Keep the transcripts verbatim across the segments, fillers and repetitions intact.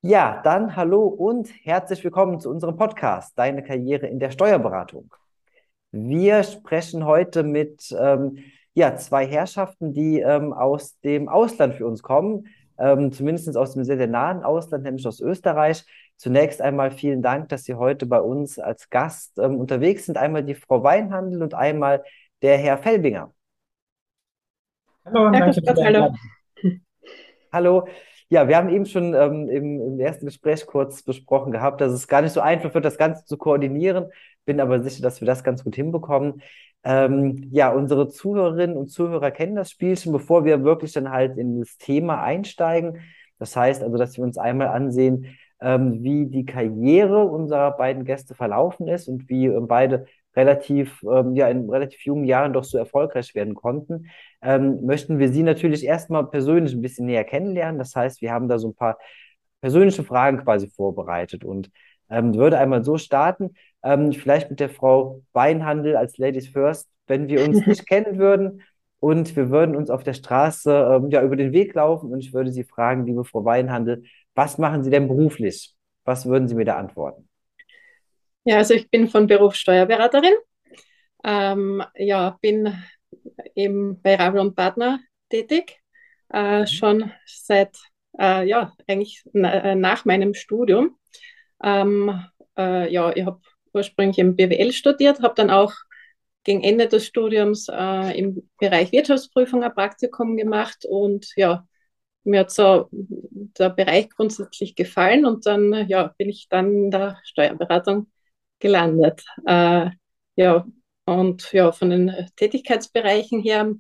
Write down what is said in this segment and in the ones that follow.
Ja, dann hallo und herzlich willkommen zu unserem Podcast, Deine Karriere in der Steuerberatung. Wir sprechen heute mit ähm, ja, zwei Herrschaften, die ähm, aus dem Ausland für uns kommen, ähm, zumindest aus dem sehr, sehr nahen Ausland, nämlich aus Österreich. Zunächst einmal vielen Dank, dass Sie heute bei uns als Gast ähm, unterwegs sind. Einmal die Frau Weinhandel und einmal der Herr Felbinger. Hallo und Ja, danke grüß für Gott, die hallo. Einladung. Hallo. Ja, wir haben eben schon ähm, im, im ersten Gespräch kurz besprochen gehabt, dass es gar nicht so einfach wird, das Ganze zu koordinieren. Bin aber sicher, dass wir das ganz gut hinbekommen. Ähm, ja, unsere Zuhörerinnen und Zuhörer kennen das Spielchen, bevor wir wirklich dann halt in das Thema einsteigen. Das heißt also, dass wir uns einmal ansehen, ähm, wie die Karriere unserer beiden Gäste verlaufen ist und wie ähm, beide relativ, ähm, ja, in relativ jungen Jahren doch so erfolgreich werden konnten. Ähm, möchten wir Sie natürlich erstmal persönlich ein bisschen näher kennenlernen. Das heißt, wir haben da so ein paar persönliche Fragen quasi vorbereitet und ähm, würde einmal so starten, ähm, vielleicht mit der Frau Weinhandel als Ladies First, wenn wir uns nicht kennen würden und wir würden uns auf der Straße ähm, ja, über den Weg laufen und ich würde Sie fragen, liebe Frau Weinhandel, was machen Sie denn beruflich? Was würden Sie mir da antworten? Ja, also ich bin von Beruf Steuerberaterin. Ähm, ja, bin eben bei Rabel und Partner tätig, äh, Mhm. schon seit, äh, ja, eigentlich na, äh, nach meinem Studium. Ähm, äh, ja, ich habe ursprünglich im B W L studiert, habe dann auch gegen Ende des Studiums äh, im Bereich Wirtschaftsprüfung ein Praktikum gemacht und ja, mir hat so der Bereich grundsätzlich gefallen und dann ja, bin ich dann in der Steuerberatung gelandet. Äh, ja, und ja, von den Tätigkeitsbereichen her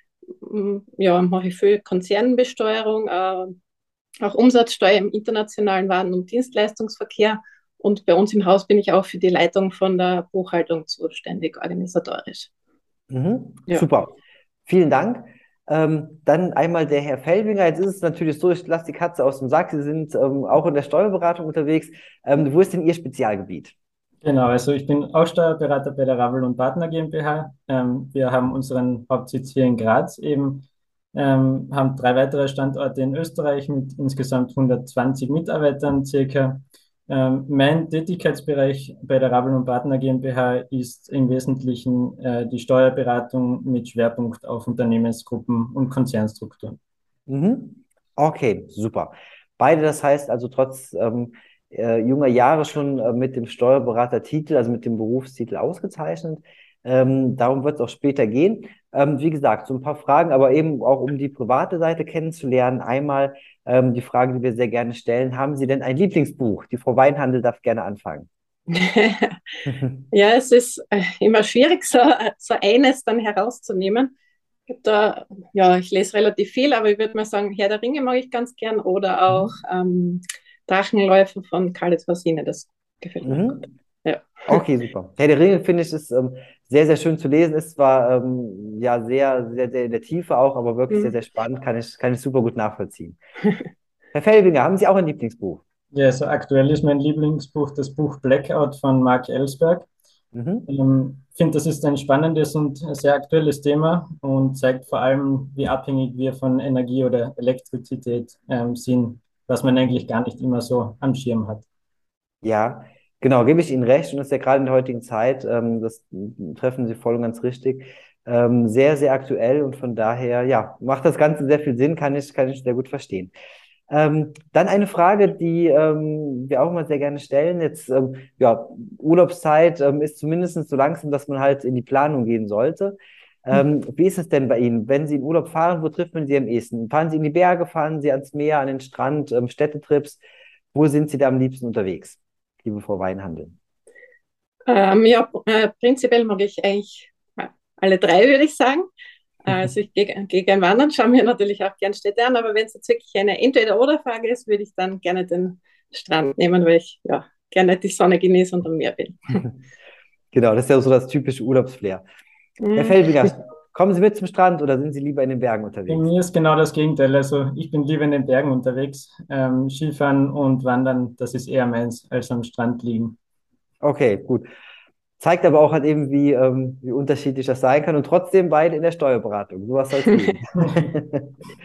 m, ja, mache ich viel Konzernbesteuerung, äh, auch Umsatzsteuer im internationalen Waren- und Dienstleistungsverkehr. Und bei uns im Haus bin ich auch für die Leitung von der Buchhaltung zuständig, organisatorisch. Mhm. Ja. Super. Vielen Dank. Ähm, dann einmal der Herr Felbinger. Jetzt ist es natürlich so, ich lasse die Katze aus dem Sack. Sie sind ähm, auch in der Steuerberatung unterwegs. Ähm, wo ist denn Ihr Spezialgebiet? Genau, also ich bin auch Steuerberater bei der Rabel und Partner GmbH. Ähm, wir haben unseren Hauptsitz hier in Graz eben, ähm, haben drei weitere Standorte in Österreich mit insgesamt hundertzwanzig Mitarbeitern circa. Ähm, mein Tätigkeitsbereich bei der Rabel und Partner GmbH ist im Wesentlichen äh, die Steuerberatung mit Schwerpunkt auf Unternehmensgruppen und Konzernstrukturen. Mhm. Okay, super. Beide, das heißt also trotz ähm, äh, junger Jahre schon äh, mit dem Steuerberatertitel, also mit dem Berufstitel ausgezeichnet. Ähm, darum wird es auch später gehen. Ähm, wie gesagt, so ein paar Fragen, aber eben auch um die private Seite kennenzulernen. Einmal ähm, die Frage, die wir sehr gerne stellen: Haben Sie denn ein Lieblingsbuch? Die Frau Weinhandel darf gerne anfangen. Ja, es ist äh, immer schwierig, so, so eines dann herauszunehmen. Ich hab da, ja, ich lese relativ viel, aber ich würde mal sagen, Herr der Ringe mag ich ganz gern oder auch Mhm. ähm, Drachenläufer von Khaled Hosseini, das gefällt mir gut. Mhm. Ja. Okay, super. Herr der Ringe finde ich ist ähm, sehr, sehr schön zu lesen. Ist zwar ähm, ja sehr, sehr, sehr in der Tiefe auch, aber wirklich sehr, Hm. sehr spannend. Kann ich, kann ich super gut nachvollziehen. Herr Felbinger, haben Sie auch ein Lieblingsbuch? Ja, also aktuell ist mein Lieblingsbuch das Buch Blackout von Mark Ellsberg. Mhm. Ähm, Ich finde, das ist ein spannendes und sehr aktuelles Thema und zeigt vor allem, wie abhängig wir von Energie oder Elektrizität ähm, sind, was man eigentlich gar nicht immer so am Schirm hat. Ja, genau, gebe ich Ihnen recht. Und das ist ja gerade in der heutigen Zeit, ähm, das mm, treffen Sie voll und ganz richtig, ähm, sehr, sehr aktuell und von daher, ja, macht das Ganze sehr viel Sinn, kann ich, kann ich sehr gut verstehen. Ähm, dann eine Frage, die ähm, wir auch immer sehr gerne stellen. Jetzt, ähm, ja, Urlaubszeit ähm, ist zumindest so langsam, dass man halt in die Planung gehen sollte. Ähm, wie ist es denn bei Ihnen? Wenn Sie in Urlaub fahren, wo trifft man Sie am ehesten? Fahren Sie in die Berge, fahren Sie ans Meer, an den Strand, ähm, Städtetrips? Wo sind Sie da am liebsten unterwegs, liebe Frau Weinhandel? Ähm, ja, äh, prinzipiell mag ich eigentlich äh, alle drei, würde ich sagen. Also ich gehe geh gern wandern, schaue mir natürlich auch gern Städte an, aber wenn es jetzt wirklich eine Entweder-oder-Frage ist, würde ich dann gerne den Strand nehmen, weil ich ja gerne die Sonne genieße und am Meer bin. Genau, das ist ja so das typische Urlaubsflair. Herr Mm. Felbinger, kommen Sie mit zum Strand oder sind Sie lieber in den Bergen Bei unterwegs? mir ist genau das Gegenteil. Also ich bin lieber in den Bergen unterwegs. Ähm, Skifahren und Wandern, das ist eher meins, als am Strand liegen. Okay, gut. Zeigt aber auch halt eben, wie, ähm, wie unterschiedlich das sein kann und trotzdem beide in der Steuerberatung. Sowas soll es geben.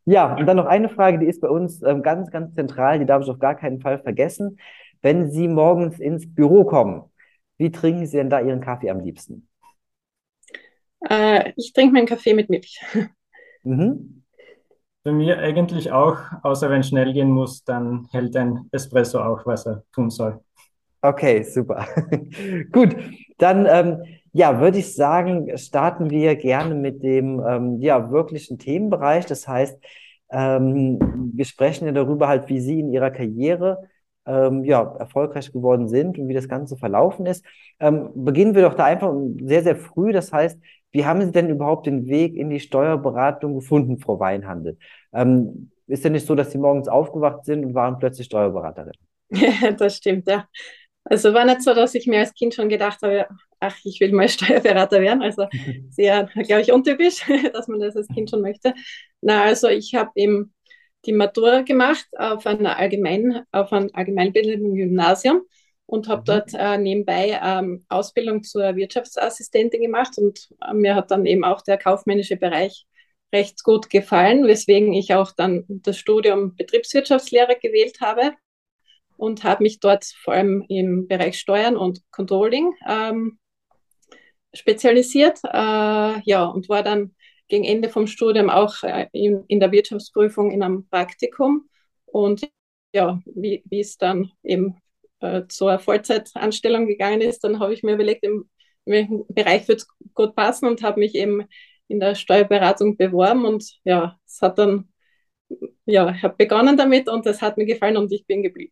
Ja, und dann noch eine Frage, die ist bei uns ähm, ganz, ganz zentral, die darf ich auf gar keinen Fall vergessen. Wenn Sie morgens ins Büro kommen, wie trinken Sie denn da Ihren Kaffee am liebsten? Äh, ich trinke meinen Kaffee mit Milch. Mhm. Bei mir eigentlich auch, außer wenn es schnell gehen muss, dann hält ein Espresso auch, was er tun soll. Okay, super. Gut, dann ähm, ja, würde ich sagen, starten wir gerne mit dem ähm, ja, wirklichen Themenbereich. Das heißt, ähm, wir sprechen ja darüber halt, wie Sie in Ihrer Karriere ähm, ja, erfolgreich geworden sind und wie das Ganze verlaufen ist. Ähm, beginnen wir doch da einfach sehr, sehr früh. Das heißt, wie haben Sie denn überhaupt den Weg in die Steuerberatung gefunden, Frau Weinhandel? Ähm, ist ja nicht so, dass Sie morgens aufgewacht sind und waren plötzlich Steuerberaterin. Das stimmt, ja. Also war nicht so, dass ich mir als Kind schon gedacht habe, ach, ich will mal Steuerberater werden. Also sehr, glaube ich, untypisch, dass man das als Kind schon möchte. Na, also ich habe eben die Matura gemacht auf einer allgemein, auf einem allgemeinbildenden Gymnasium und habe dort Mhm. äh, nebenbei ähm, Ausbildung zur Wirtschaftsassistentin gemacht und äh, mir hat dann eben auch der kaufmännische Bereich recht gut gefallen, weswegen ich auch dann das Studium Betriebswirtschaftslehre gewählt habe und habe mich dort vor allem im Bereich Steuern und Controlling ähm, spezialisiert. Äh, ja, und war dann gegen Ende vom Studium auch äh, in, in der Wirtschaftsprüfung in einem Praktikum. Und ja, wie, wie es dann eben äh, zur Vollzeitanstellung gegangen ist, dann habe ich mir überlegt, in welchem Bereich wird es gut passen und habe mich eben in der Steuerberatung beworben. Und ja, es hat dann, ja, ich habe begonnen damit und es hat mir gefallen und ich bin geblieben.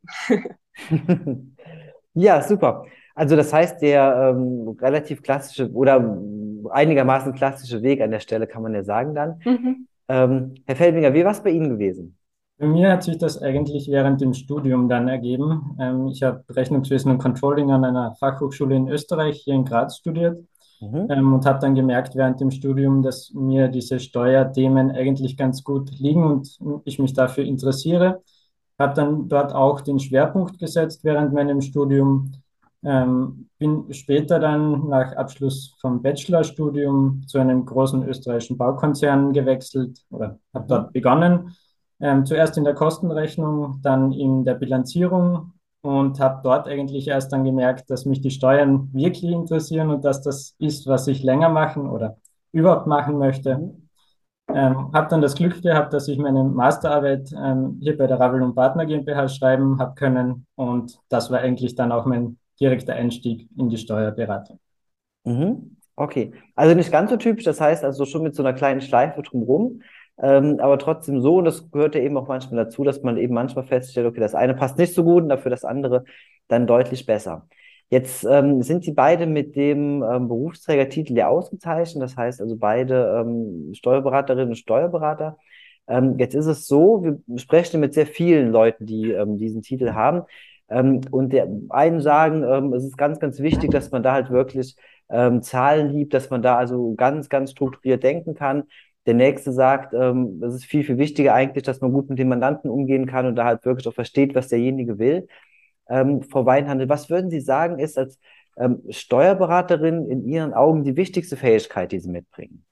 Ja, super. Also das heißt, der ähm, relativ klassische oder einigermaßen klassische Weg an der Stelle kann man ja sagen dann. Mhm. Ähm, Herr Feldwinger, wie war es bei Ihnen gewesen? Bei mir hat sich das eigentlich während dem Studium dann ergeben. Ähm, ich habe Rechnungswesen und Controlling an einer Fachhochschule in Österreich, hier in Graz, studiert, Mhm. ähm, und habe dann gemerkt während dem Studium, dass mir diese Steuerthemen eigentlich ganz gut liegen und ich mich dafür interessiere. Habe dann dort auch den Schwerpunkt gesetzt während meinem Studium. Ähm, bin später dann nach Abschluss vom Bachelorstudium zu einem großen österreichischen Baukonzern gewechselt oder habe dort Mhm. begonnen. Ähm, zuerst in der Kostenrechnung, dann in der Bilanzierung und habe dort eigentlich erst dann gemerkt, dass mich die Steuern wirklich interessieren und dass das ist, was ich länger machen oder überhaupt machen möchte. Mhm. Ähm, habe dann das Glück gehabt, dass ich meine Masterarbeit ähm, hier bei der Ravel und Partner GmbH schreiben habe können und das war eigentlich dann auch mein direkter Einstieg in die Steuerberatung. Mhm. Okay. Also nicht ganz so typisch, das heißt also schon mit so einer kleinen Schleife drumherum, ähm, aber trotzdem so, und das gehört ja eben auch manchmal dazu, dass man eben manchmal feststellt, okay, das eine passt nicht so gut und dafür das andere dann deutlich besser. Jetzt ähm, sind Sie beide mit dem ähm, Berufsträgertitel ja ausgezeichnet, das heißt also beide ähm, Steuerberaterinnen und Steuerberater. Ähm, jetzt ist es so, wir sprechen mit sehr vielen Leuten, die ähm, diesen Titel haben. Ähm, und der einen sagen, ähm, es ist ganz, ganz wichtig, dass man da halt wirklich ähm, Zahlen liebt, dass man da also ganz, ganz strukturiert denken kann. Der nächste sagt, ähm, es ist viel, viel wichtiger eigentlich, dass man gut mit dem Mandanten umgehen kann und da halt wirklich auch versteht, was derjenige will. Ähm, Frau Weinhandel, was würden Sie sagen, ist als ähm, Steuerberaterin in Ihren Augen die wichtigste Fähigkeit, die Sie mitbringen?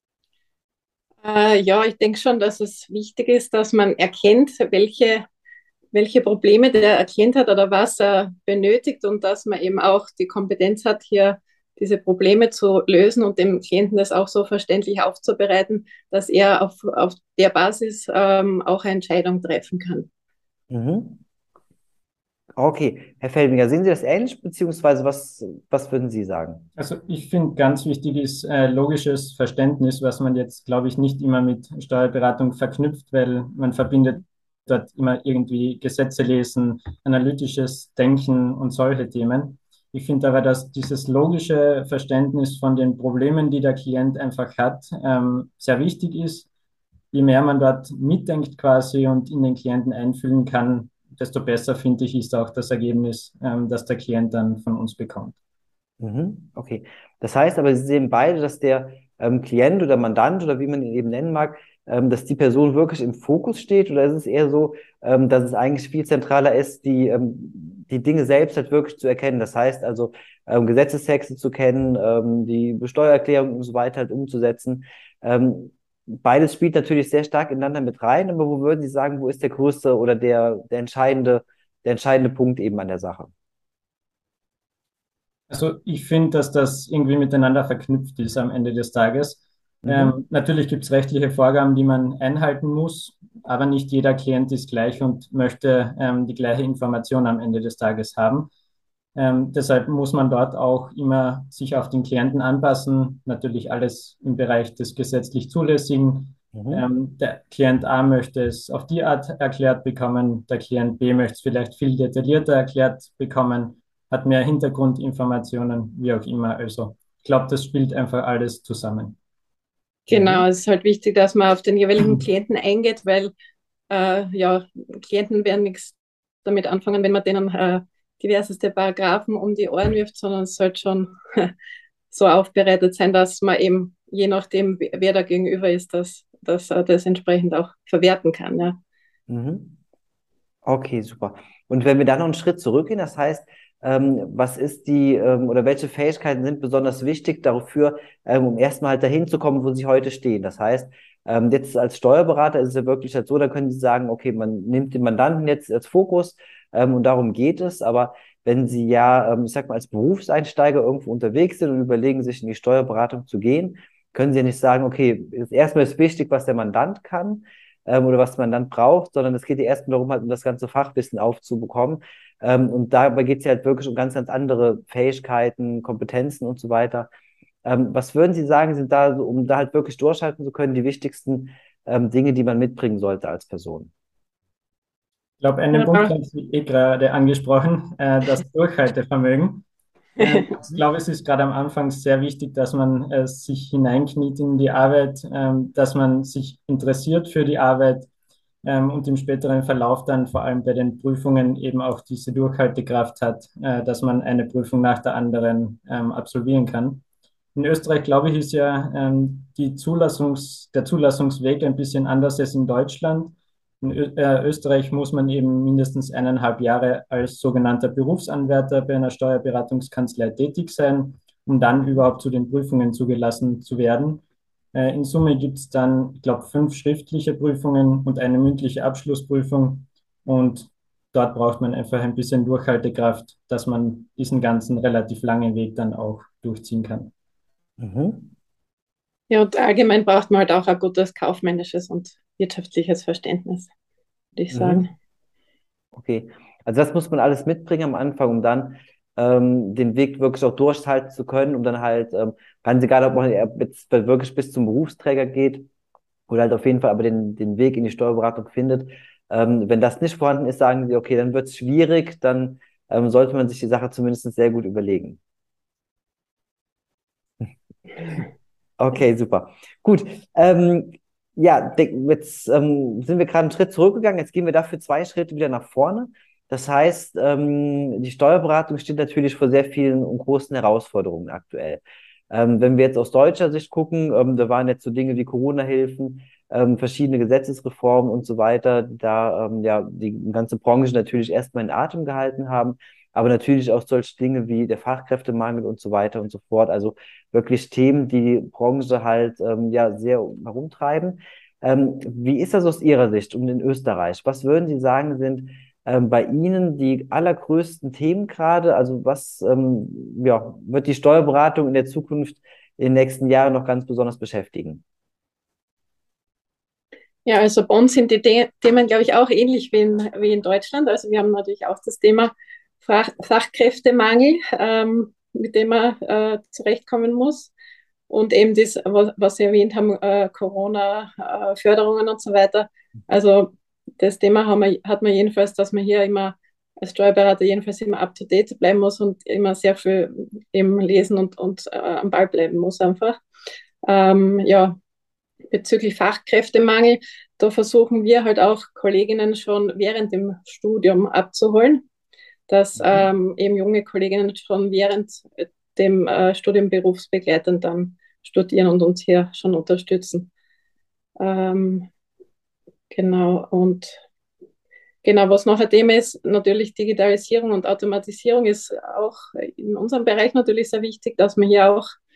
Äh, ja, ich denke schon, dass es wichtig ist, dass man erkennt, welche, welche Probleme der Klient hat oder was er benötigt und dass man eben auch die Kompetenz hat, hier diese Probleme zu lösen und dem Klienten das auch so verständlich aufzubereiten, dass er auf, auf der Basis ähm, auch eine Entscheidung treffen kann. Mhm. Okay, Herr Feldminger, sehen Sie das ähnlich, beziehungsweise was, was würden Sie sagen? Also ich finde, ganz wichtig ist äh, logisches Verständnis, was man jetzt, glaube ich, nicht immer mit Steuerberatung verknüpft, weil man verbindet dort immer irgendwie Gesetze lesen, analytisches Denken und solche Themen. Ich finde aber, dass dieses logische Verständnis von den Problemen, die der Klient einfach hat, ähm, sehr wichtig ist. Je mehr man dort mitdenkt quasi und in den Klienten einfühlen kann, desto besser, finde ich, ist auch das Ergebnis, ähm, das der Klient dann von uns bekommt. Mhm, okay. Das heißt aber, Sie sehen beide, dass der ähm, Klient oder Mandant oder wie man ihn eben nennen mag, ähm, dass die Person wirklich im Fokus steht, oder ist es eher so, ähm, dass es eigentlich viel zentraler ist, die, ähm, die Dinge selbst halt wirklich zu erkennen? Das heißt also, ähm, Gesetzestexte zu kennen, ähm, die Steuererklärung und so weiter halt umzusetzen. Ähm, beides spielt natürlich sehr stark ineinander mit rein, aber wo würden Sie sagen, wo ist der größte oder der, der entscheidende, der entscheidende Punkt eben an der Sache? Also ich finde, dass das irgendwie miteinander verknüpft ist am Ende des Tages. Mhm. Ähm, natürlich gibt es rechtliche Vorgaben, die man einhalten muss, aber nicht jeder Klient ist gleich und möchte ähm, die gleiche Information am Ende des Tages haben. Ähm, deshalb muss man dort auch immer sich auf den Klienten anpassen. Natürlich alles im Bereich des gesetzlich Zulässigen. Mhm. Ähm, der Klient A möchte es auf die Art erklärt bekommen, der Klient B möchte es vielleicht viel detaillierter erklärt bekommen, hat mehr Hintergrundinformationen, wie auch immer. Also ich glaube, das spielt einfach alles zusammen. Genau, Mhm. es ist halt wichtig, dass man auf den jeweiligen Klienten eingeht, weil äh, ja, Klienten werden nichts damit anfangen, wenn man denen äh, diverseste Paragraphen um die Ohren wirft, sondern es sollte schon so aufbereitet sein, dass man eben, je nachdem, wer da gegenüber ist, dass, dass er das entsprechend auch verwerten kann. Ja. Mhm. Okay, super. Und wenn wir dann noch einen Schritt zurückgehen, das heißt, ähm, was ist die ähm, oder welche Fähigkeiten sind besonders wichtig dafür, ähm, um erstmal halt dahin zu kommen, wo Sie heute stehen? Das heißt, ähm, jetzt als Steuerberater ist es ja wirklich halt so, da können Sie sagen, okay, man nimmt den Mandanten jetzt als Fokus, ähm, und darum geht es. Aber wenn Sie ja, ähm, ich sag mal, als Berufseinsteiger irgendwo unterwegs sind und überlegen, sich in die Steuerberatung zu gehen, können Sie ja nicht sagen, okay, das erstmal ist wichtig, was der Mandant kann, ähm, oder was man dann braucht, sondern es geht ja erstmal darum, halt, um das ganze Fachwissen aufzubekommen. Ähm, und dabei geht es ja halt wirklich um ganz, ganz andere Fähigkeiten, Kompetenzen und so weiter. Ähm, was würden Sie sagen, sind da, so, um da halt wirklich durchhalten zu können, die wichtigsten ähm, Dinge, die man mitbringen sollte als Person? Ich glaube, einen Punkt Ja, haben Sie eh gerade angesprochen, äh, das Durchhaltevermögen. Ähm, ich glaube, es ist gerade am Anfang sehr wichtig, dass man äh, sich hineinkniet in die Arbeit, ähm, dass man sich interessiert für die Arbeit ähm, und im späteren Verlauf dann vor allem bei den Prüfungen eben auch diese Durchhaltekraft hat, äh, dass man eine Prüfung nach der anderen ähm, absolvieren kann. In Österreich, glaube ich, ist ja ähm, die Zulassungs-, der Zulassungsweg ein bisschen anders als in Deutschland. In Ö äh, Österreich muss man eben mindestens eineinhalb Jahre als sogenannter Berufsanwärter bei einer Steuerberatungskanzlei tätig sein, um dann überhaupt zu den Prüfungen zugelassen zu werden. Äh, in Summe gibt es dann, ich glaube, fünf schriftliche Prüfungen und eine mündliche Abschlussprüfung. Und dort braucht man einfach ein bisschen Durchhaltekraft, dass man diesen ganzen relativ langen Weg dann auch durchziehen kann. Mhm. ja, und allgemein braucht man halt auch ein gutes kaufmännisches und wirtschaftliches Verständnis, würde ich sagen. Mhm. Okay, also das muss man alles mitbringen am Anfang, um dann ähm, den Weg wirklich auch durchhalten zu können, um dann halt, ähm, ganz egal, ob man jetzt wirklich bis zum Berufsträger geht oder halt auf jeden Fall aber den, den Weg in die Steuerberatung findet. Ähm, wenn das nicht vorhanden ist, sagen sie, okay, dann wird es schwierig, dann ähm, sollte man sich die Sache zumindest sehr gut überlegen. Okay, super. Gut. Ähm, ja, de- jetzt ähm, sind wir gerade einen Schritt zurückgegangen. Jetzt gehen wir dafür zwei Schritte wieder nach vorne. Das heißt, ähm, die Steuerberatung steht natürlich vor sehr vielen und großen Herausforderungen aktuell. Ähm, wenn wir jetzt aus deutscher Sicht gucken, ähm, da waren jetzt so Dinge wie Corona-Hilfen, ähm, verschiedene Gesetzesreformen und so weiter, die da ähm, ja die ganze Branche natürlich erstmal in Atem gehalten haben, aber natürlich auch solche Dinge wie der Fachkräftemangel und so weiter und so fort. Also wirklich Themen, die die Branche halt ähm, ja sehr herumtreiben. Ähm, wie ist das aus Ihrer Sicht und in Österreich? Was würden Sie sagen, sind ähm, bei Ihnen die allergrößten Themen gerade? Also was ähm, ja, wird die Steuerberatung in der Zukunft in den nächsten Jahren noch ganz besonders beschäftigen? Ja, also bei uns sind die The Themen, glaube ich, auch ähnlich wie in, wie in Deutschland. Also wir haben natürlich auch das Thema Fach Fachkräftemangel, ähm, mit dem man äh, zurechtkommen muss. Und eben das, was, was Sie erwähnt haben, äh, Corona-Förderungen und so weiter. Also das Thema haben wir, hat man jedenfalls, dass man hier immer als Steuerberater jedenfalls immer up-to-date bleiben muss und immer sehr viel eben lesen und, und äh, am Ball bleiben muss einfach. Ähm, ja, bezüglich Fachkräftemangel, da versuchen wir halt auch Kolleginnen schon während dem Studium abzuholen, dass Mhm. ähm, eben junge Kolleginnen schon während dem äh, Studium berufsbegleitend dann studieren und uns hier schon unterstützen. Ähm, genau, und genau, was noch ein Thema ist, natürlich Digitalisierung und Automatisierung ist auch in unserem Bereich natürlich sehr wichtig, dass man hier auch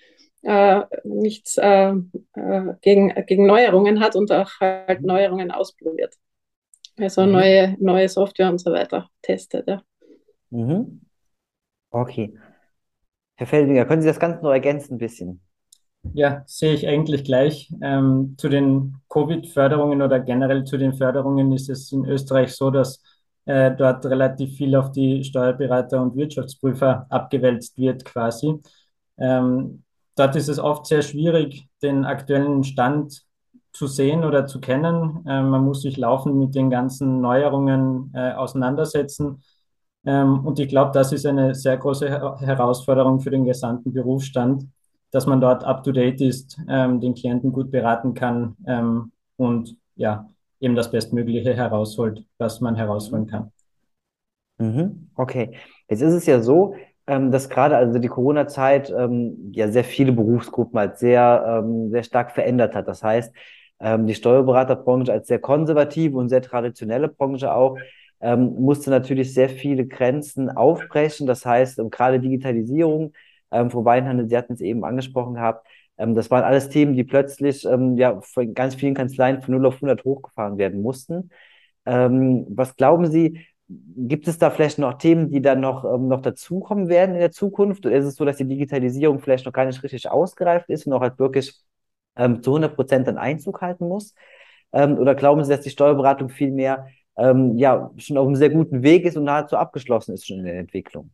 äh, nichts äh, äh, gegen, gegen Neuerungen hat und auch halt Mhm. Neuerungen ausprobiert. Also Mhm. neue, neue Software und so weiter testet. Ja. Mhm. Okay. Herr Feldinger, können Sie das Ganze noch ergänzen ein bisschen? Ja, sehe ich eigentlich gleich. Ähm, zu den Covid-Förderungen oder generell zu den Förderungen ist es in Österreich so, dass äh, dort relativ viel auf die Steuerberater und Wirtschaftsprüfer abgewälzt wird quasi. Ähm, Dort ist es oft sehr schwierig, den aktuellen Stand zu sehen oder zu kennen. Ähm, man muss sich laufend mit den ganzen Neuerungen äh, auseinandersetzen. Ähm, und ich glaube, das ist eine sehr große Her Herausforderung für den gesamten Berufsstand, dass man dort up-to-date ist, ähm, den Klienten gut beraten kann ähm, und ja, eben das Bestmögliche herausholt, was man herausholen Mhm. kann. Mhm. Okay. Jetzt ist es ja so, ähm, dass gerade also die Corona-Zeit ähm, ja sehr viele Berufsgruppen halt sehr, ähm, sehr stark verändert hat. Das heißt, ähm, die Steuerberaterbranche als sehr konservative und sehr traditionelle Branche auch ähm, musste natürlich sehr viele Grenzen aufbrechen. Das heißt, ähm, gerade Digitalisierung, ähm, Frau Weinhandel, Sie hatten es eben angesprochen gehabt, ähm, das waren alles Themen, die plötzlich ähm, ja von ganz vielen Kanzleien von null auf hundert hochgefahren werden mussten. Ähm, was glauben Sie, gibt es da vielleicht noch Themen, die dann noch, ähm, noch dazukommen werden in der Zukunft? Oder ist es so, dass die Digitalisierung vielleicht noch gar nicht richtig ausgereift ist und auch halt wirklich ähm, zu hundert Prozent dann Einzug halten muss? Ähm, oder glauben Sie, dass die Steuerberatung vielmehr ähm, ja, schon auf einem sehr guten Weg ist und nahezu abgeschlossen ist schon in der Entwicklung?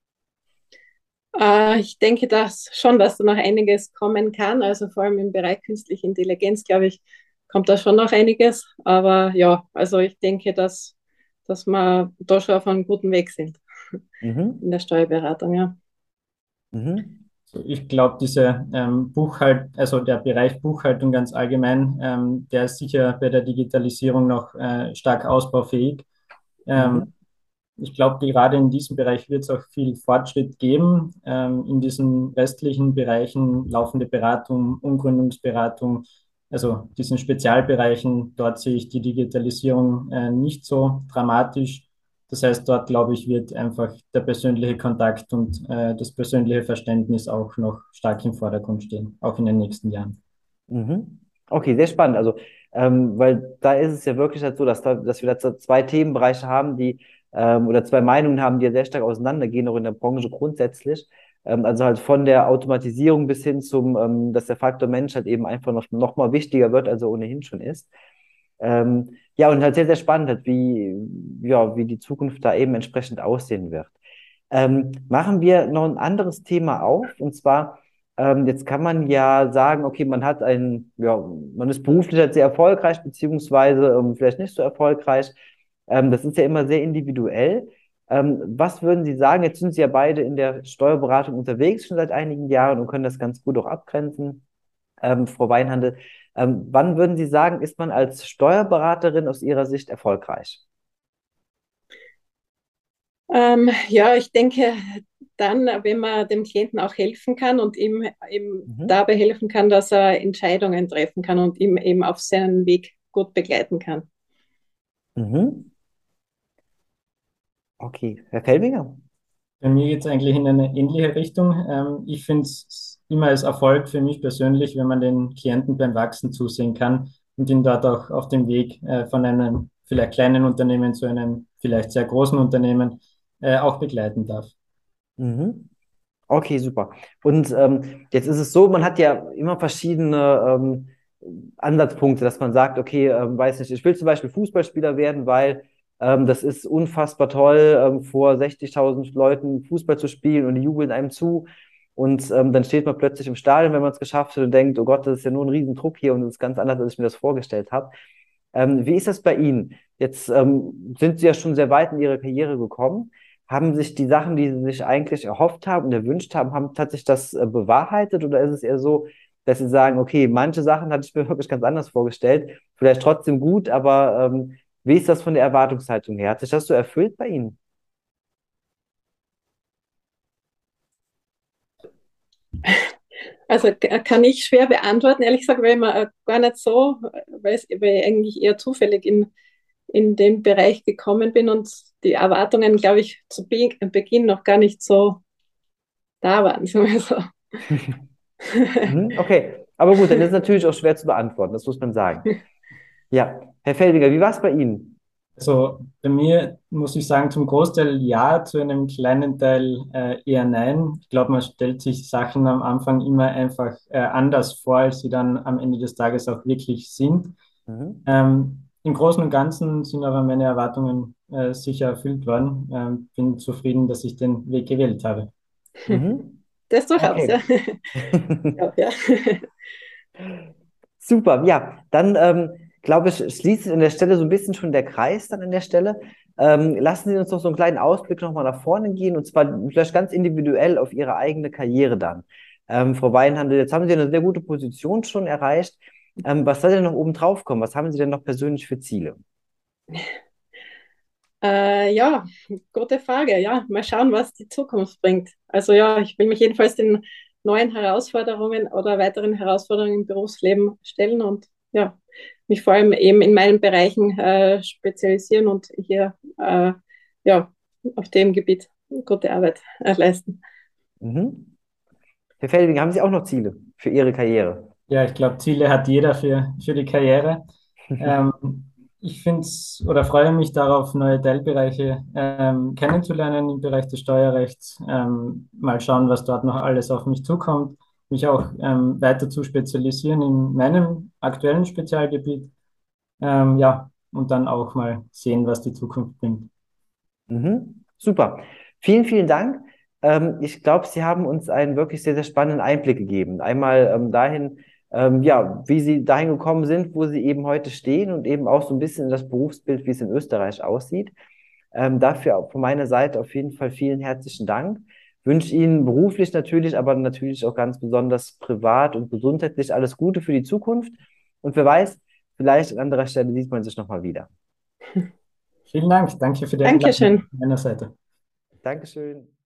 Äh, ich denke dass schon, dass da noch einiges kommen kann. Also vor allem im Bereich künstliche Intelligenz, glaube ich, kommt da schon noch einiges. Aber ja, also ich denke, dass, dass wir da schon auf einem guten Weg sind Mhm. in der Steuerberatung, ja. Mhm. Ich glaube, diese ähm, Buchhalt, also der Bereich Buchhaltung ganz allgemein, ähm, der ist sicher bei der Digitalisierung noch äh, stark ausbaufähig. Ähm, Mhm. Ich glaube, gerade in diesem Bereich wird es auch viel Fortschritt geben. Ähm, in diesen restlichen Bereichen, laufende Beratung, Umgründungsberatung, also diesen Spezialbereichen, dort sehe ich die Digitalisierung äh, nicht so dramatisch. Das heißt, dort, glaube ich, wird einfach der persönliche Kontakt und äh, das persönliche Verständnis auch noch stark im Vordergrund stehen, auch in den nächsten Jahren. Mhm. Okay, sehr spannend. Also, ähm, weil da ist es ja wirklich halt so, dass, da, dass wir da so zwei Themenbereiche haben, die ähm, oder zwei Meinungen haben, die ja sehr stark auseinandergehen, auch in der Branche grundsätzlich. Ähm, also halt von der Automatisierung bis hin zum, ähm, dass der Faktor Mensch halt eben einfach noch, noch mal wichtiger wird, als er ohnehin schon ist. Ähm, ja, und halt sehr, sehr spannend, halt, wie, ja, wie die Zukunft da eben entsprechend aussehen wird. Ähm, machen wir noch ein anderes Thema auf, und zwar, ähm, jetzt kann man ja sagen, okay, man hat ein, ja, man ist beruflich halt sehr erfolgreich, beziehungsweise ähm, vielleicht nicht so erfolgreich. Ähm, das ist ja immer sehr individuell. Ähm, was würden Sie sagen? Jetzt sind Sie ja beide in der Steuerberatung unterwegs schon seit einigen Jahren und können das ganz gut auch abgrenzen, ähm, Frau Weinhandel. Ähm, wann würden Sie sagen, ist man als Steuerberaterin aus Ihrer Sicht erfolgreich? Ähm, ja, ich denke dann, wenn man dem Klienten auch helfen kann und ihm, ihm Mhm. dabei helfen kann, dass er Entscheidungen treffen kann und ihm eben auf seinen Weg gut begleiten kann. Mhm. Okay, Herr Felbinger. Bei mir geht es eigentlich in eine ähnliche Richtung. Ähm, ich finde es immer als Erfolg für mich persönlich, wenn man den Klienten beim Wachsen zusehen kann und ihn dort auch auf dem Weg äh, von einem vielleicht kleinen Unternehmen zu einem vielleicht sehr großen Unternehmen äh, auch begleiten darf. Mhm. Okay, super. Und ähm, jetzt ist es so, man hat ja immer verschiedene ähm, Ansatzpunkte, dass man sagt, okay, ähm, weiß nicht, ich will zum Beispiel Fußballspieler werden, weil ähm, das ist unfassbar toll, ähm, vor sechzigtausend Leuten Fußball zu spielen und die jubeln einem zu. Und ähm, dann steht man plötzlich im Stadion, wenn man es geschafft hat und denkt, oh Gott, das ist ja nur ein Riesendruck hier und das ist ganz anders, als ich mir das vorgestellt habe. Ähm, wie ist das bei Ihnen? Jetzt ähm, sind Sie ja schon sehr weit in Ihrer Karriere gekommen. Haben sich die Sachen, die Sie sich eigentlich erhofft haben und erwünscht haben, haben tatsächlich das äh, bewahrheitet, oder ist es eher so, dass Sie sagen, okay, manche Sachen hatte ich mir wirklich ganz anders vorgestellt, vielleicht trotzdem gut, aber ähm, wie ist das von der Erwartungshaltung her? Hat sich das so erfüllt bei Ihnen? Also kann ich schwer beantworten, ehrlich gesagt, weil man äh, gar nicht so, weil, es, weil ich eigentlich eher zufällig in, in den Bereich gekommen bin und die Erwartungen, glaube ich, zu Be Beginn noch gar nicht so da waren. Sagen wir so. Mhm, okay, aber gut, dann ist es natürlich auch schwer zu beantworten, das muss man sagen. Ja, Herr Feldinger, wie war es bei Ihnen? Also bei mir muss ich sagen, zum Großteil ja, zu einem kleinen Teil äh, eher nein. Ich glaube, man stellt sich Sachen am Anfang immer einfach äh, anders vor, als sie dann am Ende des Tages auch wirklich sind. Mhm. Ähm, im Großen und Ganzen sind aber meine Erwartungen äh, sicher erfüllt worden. Ähm, bin zufrieden, dass ich den Weg gewählt habe. Mhm. Das durchaus, ja. Okay. Ja, ja. Super, ja, dann ähm, glaube ich, schließt sich an der Stelle so ein bisschen schon der Kreis dann an der Stelle. Ähm, lassen Sie uns doch so einen kleinen Ausblick nochmal nach vorne gehen und zwar vielleicht ganz individuell auf Ihre eigene Karriere dann. Ähm, Frau Weinhandel, jetzt haben Sie eine sehr gute Position schon erreicht. Ähm, was soll denn noch oben drauf kommen? Was haben Sie denn noch persönlich für Ziele? Äh, ja, gute Frage. Ja, mal schauen, was die Zukunft bringt. Also ja, ich will mich jedenfalls den neuen Herausforderungen oder weiteren Herausforderungen im Berufsleben stellen und ja, mich vor allem eben in meinen Bereichen äh, spezialisieren und hier äh, ja, auf dem Gebiet gute Arbeit äh, leisten. Mhm. Herr Felding, haben Sie auch noch Ziele für Ihre Karriere? Ja, ich glaube, Ziele hat jeder für, für die Karriere. Ähm, ich finde es oder freue mich darauf, neue Teilbereiche ähm, kennenzulernen im Bereich des Steuerrechts. Ähm, mal schauen, was dort noch alles auf mich zukommt. Mich auch ähm, weiter zu spezialisieren in meinem aktuellen Spezialgebiet. Ähm, ja, und dann auch mal sehen, was die Zukunft bringt. Mhm. Super. Vielen, vielen Dank. Ähm, ich glaube, Sie haben uns einen wirklich sehr, sehr spannenden Einblick gegeben. Einmal ähm, dahin, ähm, ja, wie Sie dahin gekommen sind, wo Sie eben heute stehen und eben auch so ein bisschen in das Berufsbild, wie es in Österreich aussieht. Ähm, dafür auch von meiner Seite auf jeden Fall vielen herzlichen Dank. Wünsche Ihnen beruflich natürlich, aber natürlich auch ganz besonders privat und gesundheitlich alles Gute für die Zukunft. Und wer weiß, vielleicht an anderer Stelle sieht man sich nochmal wieder. Vielen Dank. Danke für die Einladung Dankeschön. von meiner Seite. Dankeschön.